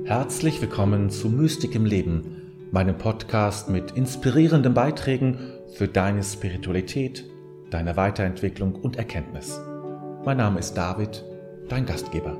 Herzlich willkommen zu Mystik im Leben, meinem Podcast mit inspirierenden Beiträgen für deine Spiritualität, deine Weiterentwicklung und Erkenntnis. Mein Name ist David, dein Gastgeber.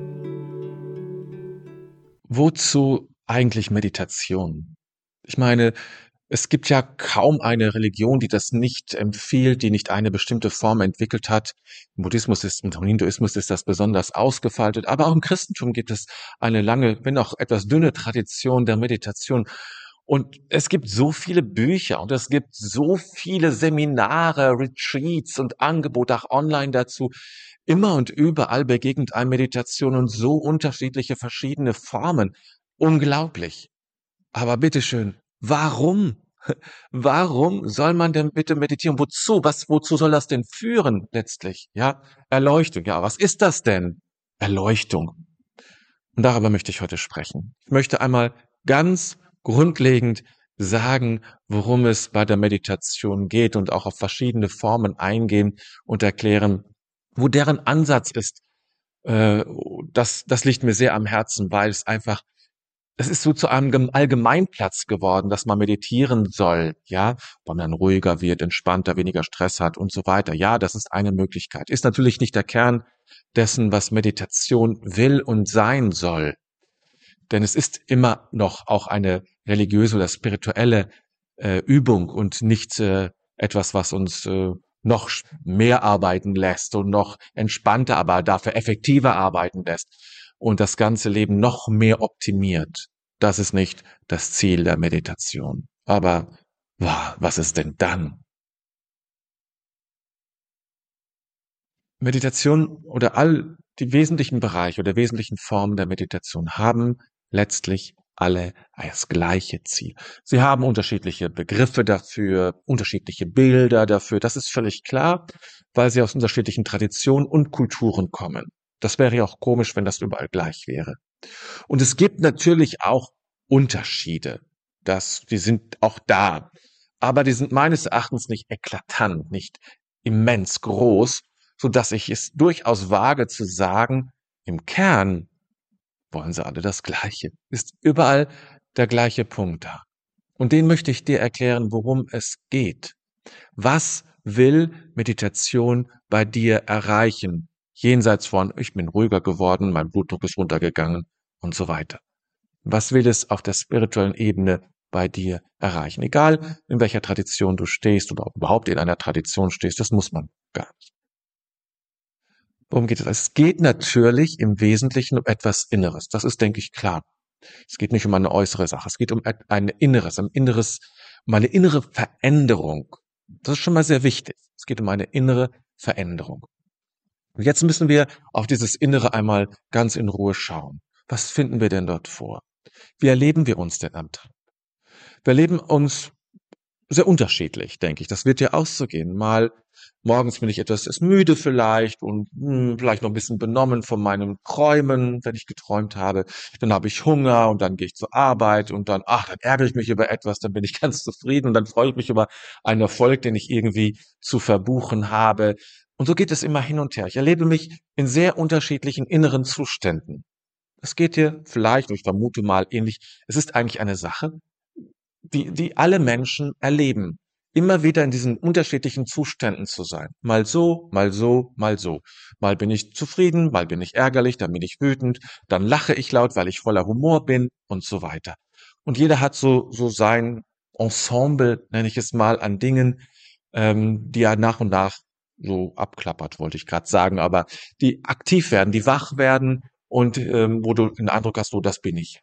Wozu eigentlich Meditation? Ich meine, es gibt ja kaum eine Religion, die das nicht empfiehlt, die nicht eine bestimmte Form entwickelt hat. Im Buddhismus und im Hinduismus ist das besonders ausgefaltet, aber auch im Christentum gibt es eine lange, wenn auch etwas dünne Tradition der Meditation. Und es gibt so viele Bücher und es gibt so viele Seminare, Retreats und Angebote auch online dazu. Immer und überall begegnet einem Meditation und so unterschiedliche verschiedene Formen. Unglaublich. Aber bitteschön, warum? Warum soll man denn bitte meditieren? Wozu? Wozu soll das denn führen letztlich? Ja, Erleuchtung. Ja, was ist das denn? Erleuchtung. Und darüber möchte ich heute sprechen. Ich möchte einmal ganz grundlegend sagen, worum es bei der Meditation geht und auch auf verschiedene Formen eingehen und erklären, wo deren Ansatz ist. Das liegt mir sehr am Herzen, weil es ist so zu einem Allgemeinplatz geworden, dass man meditieren soll, ja, weil man dann ruhiger wird, entspannter, weniger Stress hat und so weiter. Ja, das ist eine Möglichkeit. Ist natürlich nicht der Kern dessen, was Meditation will und sein soll. Denn es ist immer noch auch eine religiöse oder spirituelle Übung und nicht etwas, was uns noch mehr arbeiten lässt und noch entspannter, aber dafür effektiver arbeiten lässt und das ganze Leben noch mehr optimiert. Das ist nicht das Ziel der Meditation. Aber was ist denn dann? Meditation oder all die wesentlichen Bereiche oder wesentlichen Formen der Meditation haben letztlich alle das gleiche Ziel. Sie haben unterschiedliche Begriffe dafür, unterschiedliche Bilder dafür. Das ist völlig klar, weil sie aus unterschiedlichen Traditionen und Kulturen kommen. Das wäre ja auch komisch, wenn das überall gleich wäre. Und es gibt natürlich auch Unterschiede. Die sind auch da. Aber die sind meines Erachtens nicht eklatant, nicht immens groß, so dass ich es durchaus wage zu sagen, im Kern wollen sie alle das Gleiche. Ist überall der gleiche Punkt da. Und den möchte ich dir erklären, worum es geht. Was will Meditation bei dir erreichen? Jenseits von, ich bin ruhiger geworden, mein Blutdruck ist runtergegangen und so weiter. Was will es auf der spirituellen Ebene bei dir erreichen? Egal, in welcher Tradition du stehst oder überhaupt in einer Tradition stehst, das muss man gar nicht. Worum geht es? Es geht natürlich im Wesentlichen um etwas Inneres. Das ist, denke ich, klar. Es geht nicht um eine äußere Sache. Es geht um ein Inneres, um eine innere Veränderung. Das ist schon mal sehr wichtig. Es geht um eine innere Veränderung. Und jetzt müssen wir auf dieses Innere einmal ganz in Ruhe schauen. Was finden wir denn dort vor? Wie erleben wir uns denn am Tag? Wir erleben uns sehr unterschiedlich, denke ich. Das wird ja auch so gehen. Mal morgens bin ich etwas müde vielleicht und vielleicht noch ein bisschen benommen von meinen Träumen, wenn ich geträumt habe. Dann habe ich Hunger und dann gehe ich zur Arbeit und dann ärgere ich mich über etwas, dann bin ich ganz zufrieden und dann freue ich mich über einen Erfolg, den ich irgendwie zu verbuchen habe. Und so geht es immer hin und her. Ich erlebe mich in sehr unterschiedlichen inneren Zuständen. Es geht dir vielleicht, und ich vermute mal ähnlich, es ist eigentlich eine Sache, die alle Menschen erleben. Immer wieder in diesen unterschiedlichen Zuständen zu sein. Mal so, mal so, mal so. Mal bin ich zufrieden, mal bin ich ärgerlich, dann bin ich wütend, dann lache ich laut, weil ich voller Humor bin und so weiter. Und jeder hat so sein Ensemble, nenne ich es mal, an Dingen, die er nach und nach so abklappert, wollte ich gerade sagen, aber die aktiv werden, die wach werden und wo du den Eindruck hast, so, das bin ich.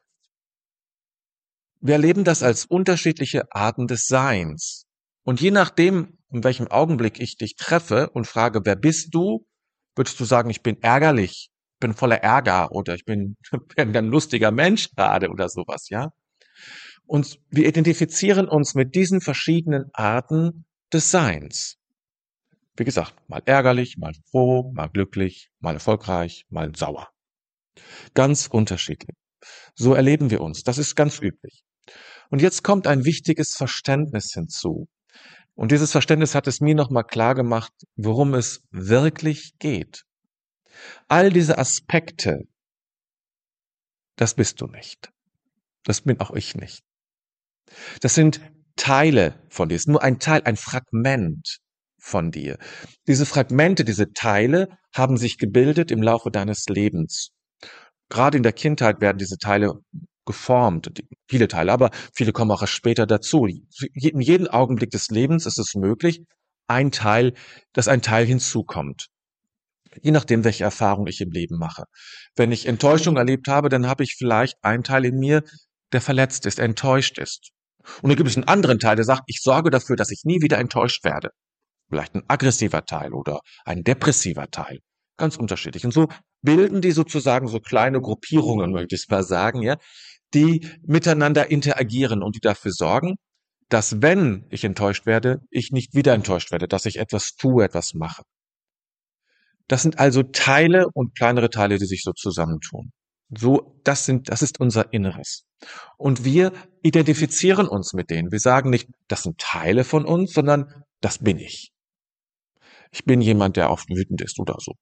Wir erleben das als unterschiedliche Arten des Seins. Und je nachdem, in welchem Augenblick ich dich treffe und frage, wer bist du, würdest du sagen, ich bin ärgerlich, bin voller Ärger oder ich bin ein lustiger Mensch gerade oder sowas, ja? Und wir identifizieren uns mit diesen verschiedenen Arten des Seins. Wie gesagt, mal ärgerlich, mal froh, mal glücklich, mal erfolgreich, mal sauer. Ganz unterschiedlich. So erleben wir uns. Das ist ganz üblich. Und jetzt kommt ein wichtiges Verständnis hinzu. Und dieses Verständnis hat es mir nochmal klar gemacht, worum es wirklich geht. All diese Aspekte, Das bist du nicht. Das bin auch ich nicht. Das sind Teile von dir. Es ist nur ein Teil, ein Fragment von dir. Diese Fragmente, diese Teile haben sich gebildet im Laufe deines Lebens. Gerade in der Kindheit werden diese Teile geformt, viele Teile, aber viele kommen auch erst später dazu. In jedem Augenblick des Lebens ist es möglich, dass ein Teil hinzukommt. Je nachdem, welche Erfahrung ich im Leben mache. Wenn ich Enttäuschung erlebt habe, dann habe ich vielleicht einen Teil in mir, der verletzt ist, enttäuscht ist. Und dann gibt es einen anderen Teil, der sagt, ich sorge dafür, dass ich nie wieder enttäuscht werde. Vielleicht ein aggressiver Teil oder ein depressiver Teil. Ganz unterschiedlich. Und so bilden die sozusagen so kleine Gruppierungen, möchte ich mal sagen, ja, die miteinander interagieren und die dafür sorgen, dass, wenn ich enttäuscht werde, ich nicht wieder enttäuscht werde, dass ich etwas tue, etwas mache. Das sind also Teile und kleinere Teile, die sich so zusammentun. Das ist unser Inneres. Und wir identifizieren uns mit denen. Wir sagen nicht, das sind Teile von uns, sondern das bin ich. Ich bin jemand, der oft wütend ist oder so.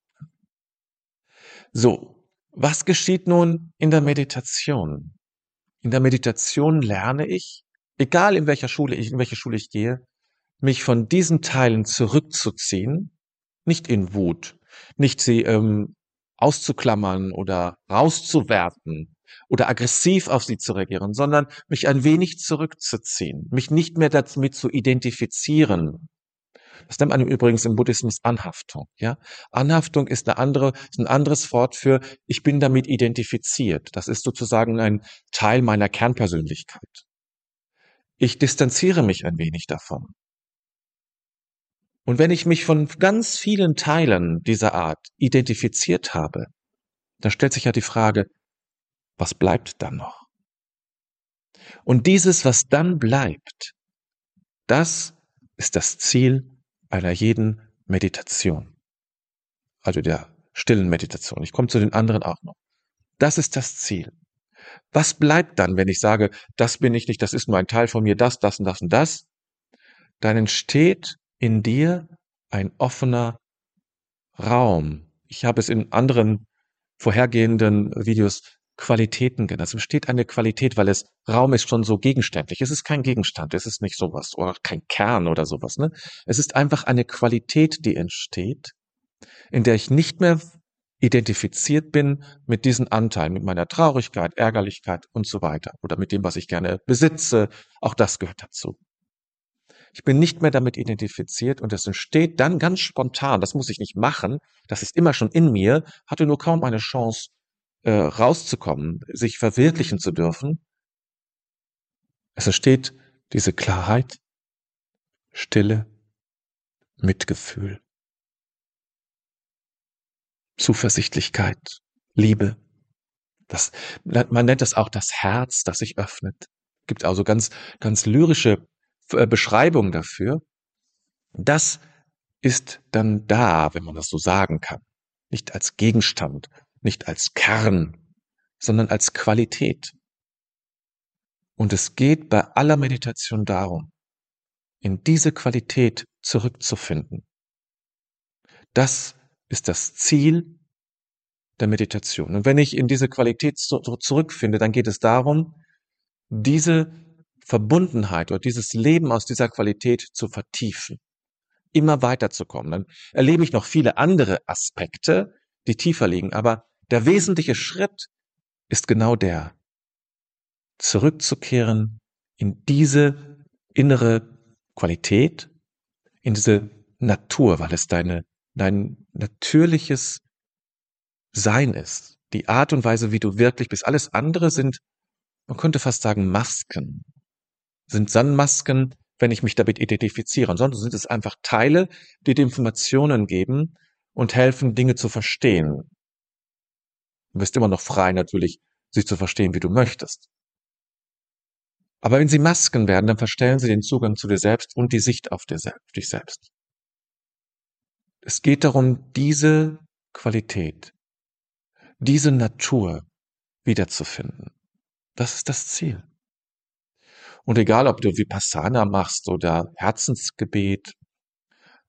So, was geschieht nun in der Meditation? In der Meditation lerne ich, egal in welche Schule ich gehe, mich von diesen Teilen zurückzuziehen, nicht in Wut, nicht sie auszuklammern oder rauszuwerten oder aggressiv auf sie zu reagieren, sondern mich ein wenig zurückzuziehen, mich nicht mehr damit zu identifizieren. Das nennt man übrigens im Buddhismus Anhaftung. Ja, Anhaftung ist ist ein anderes Wort für ich bin damit identifiziert. Das ist sozusagen ein Teil meiner Kernpersönlichkeit. Ich distanziere mich ein wenig davon. Und wenn ich mich von ganz vielen Teilen dieser Art identifiziert habe, dann stellt sich ja die Frage, was bleibt dann noch? Und dieses, was dann bleibt, das ist das Ziel einer jeden Meditation, also der stillen Meditation. Ich komme zu den anderen auch noch. Das ist das Ziel. Was bleibt dann, wenn ich sage, das bin ich nicht, das ist nur ein Teil von mir, das und das und das? Dann entsteht in dir ein offener Raum. Ich habe es in anderen vorhergehenden Videos Qualitäten genannt. Es besteht eine Qualität, weil Raum ist schon so gegenständlich. Es ist kein Gegenstand, es ist nicht sowas oder kein Kern oder sowas, ne? Es ist einfach eine Qualität, die entsteht, in der ich nicht mehr identifiziert bin mit diesen Anteilen, mit meiner Traurigkeit, Ärgerlichkeit und so weiter oder mit dem, was ich gerne besitze. Auch das gehört dazu. Ich bin nicht mehr damit identifiziert und es entsteht dann ganz spontan. Das muss ich nicht machen. Das ist immer schon in mir, hatte nur kaum eine Chance, rauszukommen, sich verwirklichen zu dürfen. Es entsteht diese Klarheit, Stille, Mitgefühl, Zuversichtlichkeit, Liebe. Das, man nennt das auch das Herz, das sich öffnet. Gibt also ganz lyrische Beschreibungen dafür. Das ist dann da, wenn man das so sagen kann. Nicht als Gegenstand, nicht als Kern, sondern als Qualität. Und es geht bei aller Meditation darum, in diese Qualität zurückzufinden. Das ist das Ziel der Meditation. Und wenn ich in diese Qualität zurückfinde, dann geht es darum, diese Verbundenheit oder dieses Leben aus dieser Qualität zu vertiefen, immer weiterzukommen. Dann erlebe ich noch viele andere Aspekte, die tiefer liegen, aber der wesentliche Schritt ist genau der, zurückzukehren in diese innere Qualität, in diese Natur, weil es dein natürliches Sein ist. Die Art und Weise, wie du wirklich bist. Alles andere sind, man könnte fast sagen, Masken. Sind dann Masken, wenn ich mich damit identifiziere. Ansonsten sind es einfach Teile, die dir Informationen geben und helfen, Dinge zu verstehen. Du bist immer noch frei, natürlich, sie zu verstehen, wie du möchtest. Aber wenn sie Masken werden, dann verstellen sie den Zugang zu dir selbst und die Sicht auf dich selbst. Es geht darum, diese Qualität, diese Natur wiederzufinden. Das ist das Ziel. Und egal, ob du Vipassana machst oder Herzensgebet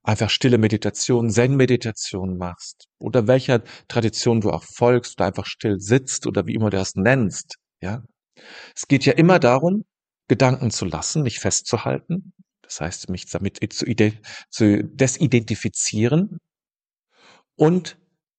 einfach stille Meditation, Zen-Meditation machst oder welcher Tradition du auch folgst oder einfach still sitzt oder wie immer du das nennst, ja. Es geht ja immer darum, Gedanken zu lassen, nicht festzuhalten. Das heißt, mich damit zu desidentifizieren und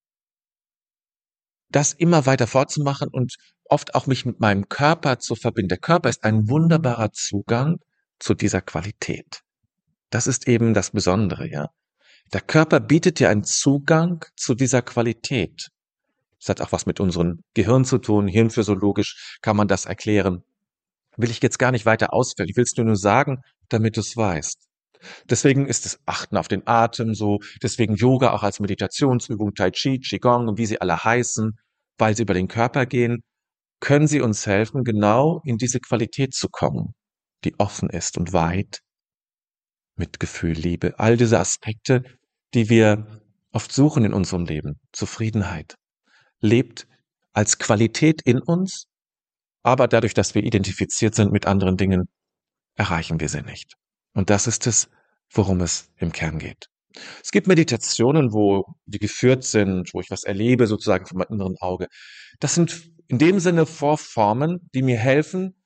das immer weiter fortzumachen und oft auch mich mit meinem Körper zu verbinden. Der Körper ist ein wunderbarer Zugang zu dieser Qualität. Das ist eben das Besondere, ja. Der Körper bietet dir einen Zugang zu dieser Qualität. Das hat auch was mit unserem Gehirn zu tun. Hirnphysiologisch kann man das erklären. Will ich jetzt gar nicht weiter ausführen. Ich will es dir nur sagen, damit du es weißt. Deswegen ist das Achten auf den Atem so, deswegen Yoga auch als Meditationsübung, Tai Chi, Qigong und wie sie alle heißen, weil sie über den Körper gehen, können sie uns helfen, genau in diese Qualität zu kommen, die offen ist und weit, Mitgefühl, Liebe, all diese Aspekte, die wir oft suchen in unserem Leben. Zufriedenheit lebt als Qualität in uns, aber dadurch, dass wir identifiziert sind mit anderen Dingen, erreichen wir sie nicht. Und das ist es, worum es im Kern geht. Es gibt Meditationen, wo die geführt sind, wo ich was erlebe, sozusagen von meinem inneren Auge. Das sind in dem Sinne Vorformen, die mir helfen,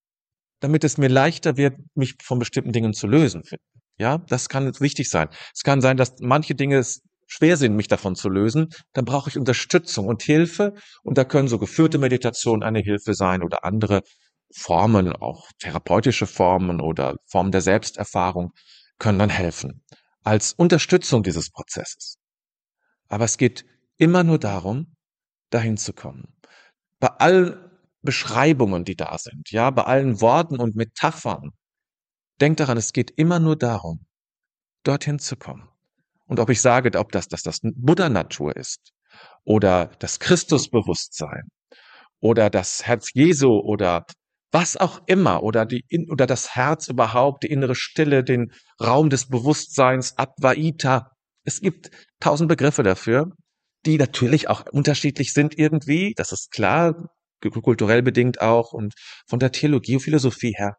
damit es mir leichter wird, mich von bestimmten Dingen zu lösen. Ja, das kann wichtig sein. Es kann sein, dass manche Dinge schwer sind, mich davon zu lösen. Dann brauche ich Unterstützung und Hilfe. Und da können so geführte Meditationen eine Hilfe sein oder andere Formen, auch therapeutische Formen oder Formen der Selbsterfahrung können dann helfen. Als Unterstützung dieses Prozesses. Aber es geht immer nur darum, dahin zu kommen. Bei allen Beschreibungen, die da sind, ja, bei allen Worten und Metaphern, denk daran, es geht immer nur darum, dorthin zu kommen. Und ob ich sage, ob das Buddha-Natur ist oder das Christusbewusstsein oder das Herz Jesu oder was auch immer oder das Herz überhaupt, die innere Stille, den Raum des Bewusstseins, Advaita. Es gibt 1000 Begriffe dafür, die natürlich auch unterschiedlich sind irgendwie. Das ist klar, kulturell bedingt auch und von der Theologie und Philosophie her.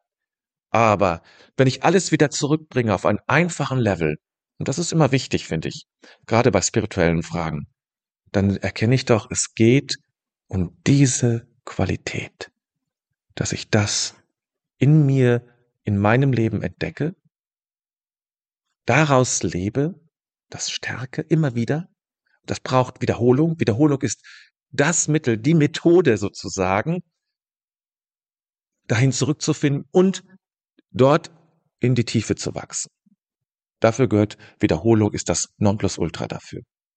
Aber wenn ich alles wieder zurückbringe auf einen einfachen Level, und das ist immer wichtig, finde ich, gerade bei spirituellen Fragen, dann erkenne ich doch, es geht um diese Qualität, dass ich das in mir, in meinem Leben entdecke, daraus lebe, das stärke immer wieder. Das braucht Wiederholung. Wiederholung ist das Mittel, die Methode sozusagen, dahin zurückzufinden und dort in die Tiefe zu wachsen. Dafür gehört Wiederholung, ist das Nonplusultra dafür.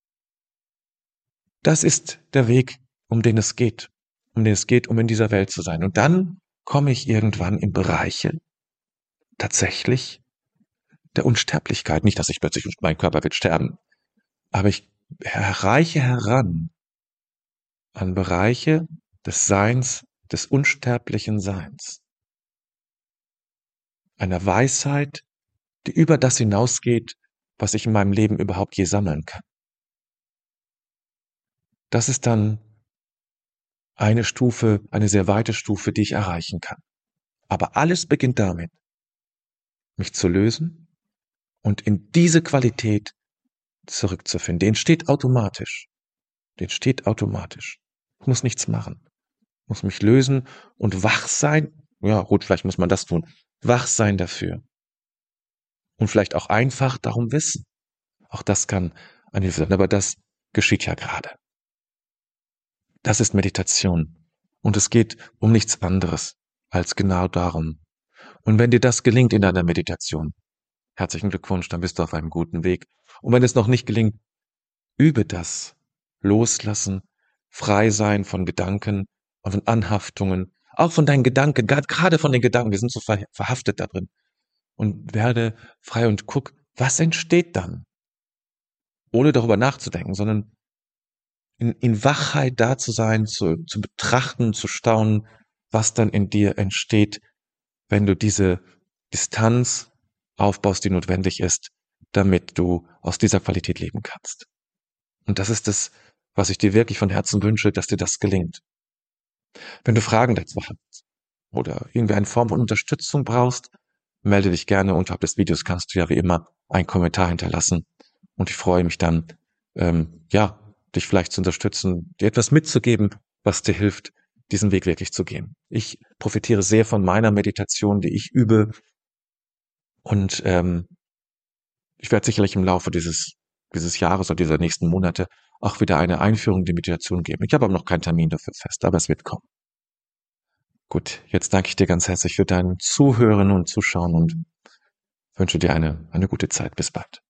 Das ist der Weg, um den es geht, um in dieser Welt zu sein. Und dann komme ich irgendwann in Bereiche tatsächlich der Unsterblichkeit. Nicht, dass ich plötzlich, mein Körper wird sterben, aber ich erreiche heran an Bereiche des Seins, des unsterblichen Seins. Einer Weisheit, die über das hinausgeht, was ich in meinem Leben überhaupt je sammeln kann. Das ist dann eine Stufe, eine sehr weite Stufe, die ich erreichen kann. Aber alles beginnt damit, mich zu lösen und in diese Qualität zurückzufinden. Die entsteht automatisch. Die entsteht automatisch. Ich muss nichts machen. Ich muss mich lösen und wach sein. Ja, gut, vielleicht muss man das tun. Wach sein dafür. Und vielleicht auch einfach darum wissen. Auch das kann eine Hilfe sein. Aber das geschieht ja gerade. Das ist Meditation. Und es geht um nichts anderes als genau darum. Und wenn dir das gelingt in deiner Meditation, herzlichen Glückwunsch, dann bist du auf einem guten Weg. Und wenn es noch nicht gelingt, übe das. Loslassen, frei sein von Gedanken, von Anhaftungen, auch von deinen Gedanken, gerade von den Gedanken, wir sind so verhaftet da drin. Und werde frei und guck, was entsteht dann? Ohne darüber nachzudenken, sondern in Wachheit da zu sein, zu betrachten, zu staunen, was dann in dir entsteht, wenn du diese Distanz aufbaust, die notwendig ist, damit du aus dieser Qualität leben kannst. Und das ist es, was ich dir wirklich von Herzen wünsche, dass dir das gelingt. Wenn du Fragen dazu hast oder irgendwie eine Form von Unterstützung brauchst, melde dich gerne. Unterhalb des Videos kannst du ja wie immer einen Kommentar hinterlassen. Und ich freue mich dann, dich vielleicht zu unterstützen, dir etwas mitzugeben, was dir hilft, diesen Weg wirklich zu gehen. Ich profitiere sehr von meiner Meditation, die ich übe. Und ich werde sicherlich im Laufe dieses Jahres oder dieser nächsten Monate auch wieder eine Einführung in die Meditation geben. Ich habe aber noch keinen Termin dafür fest, aber es wird kommen. Gut, jetzt danke ich dir ganz herzlich für dein Zuhören und Zuschauen und wünsche dir eine gute Zeit. Bis bald.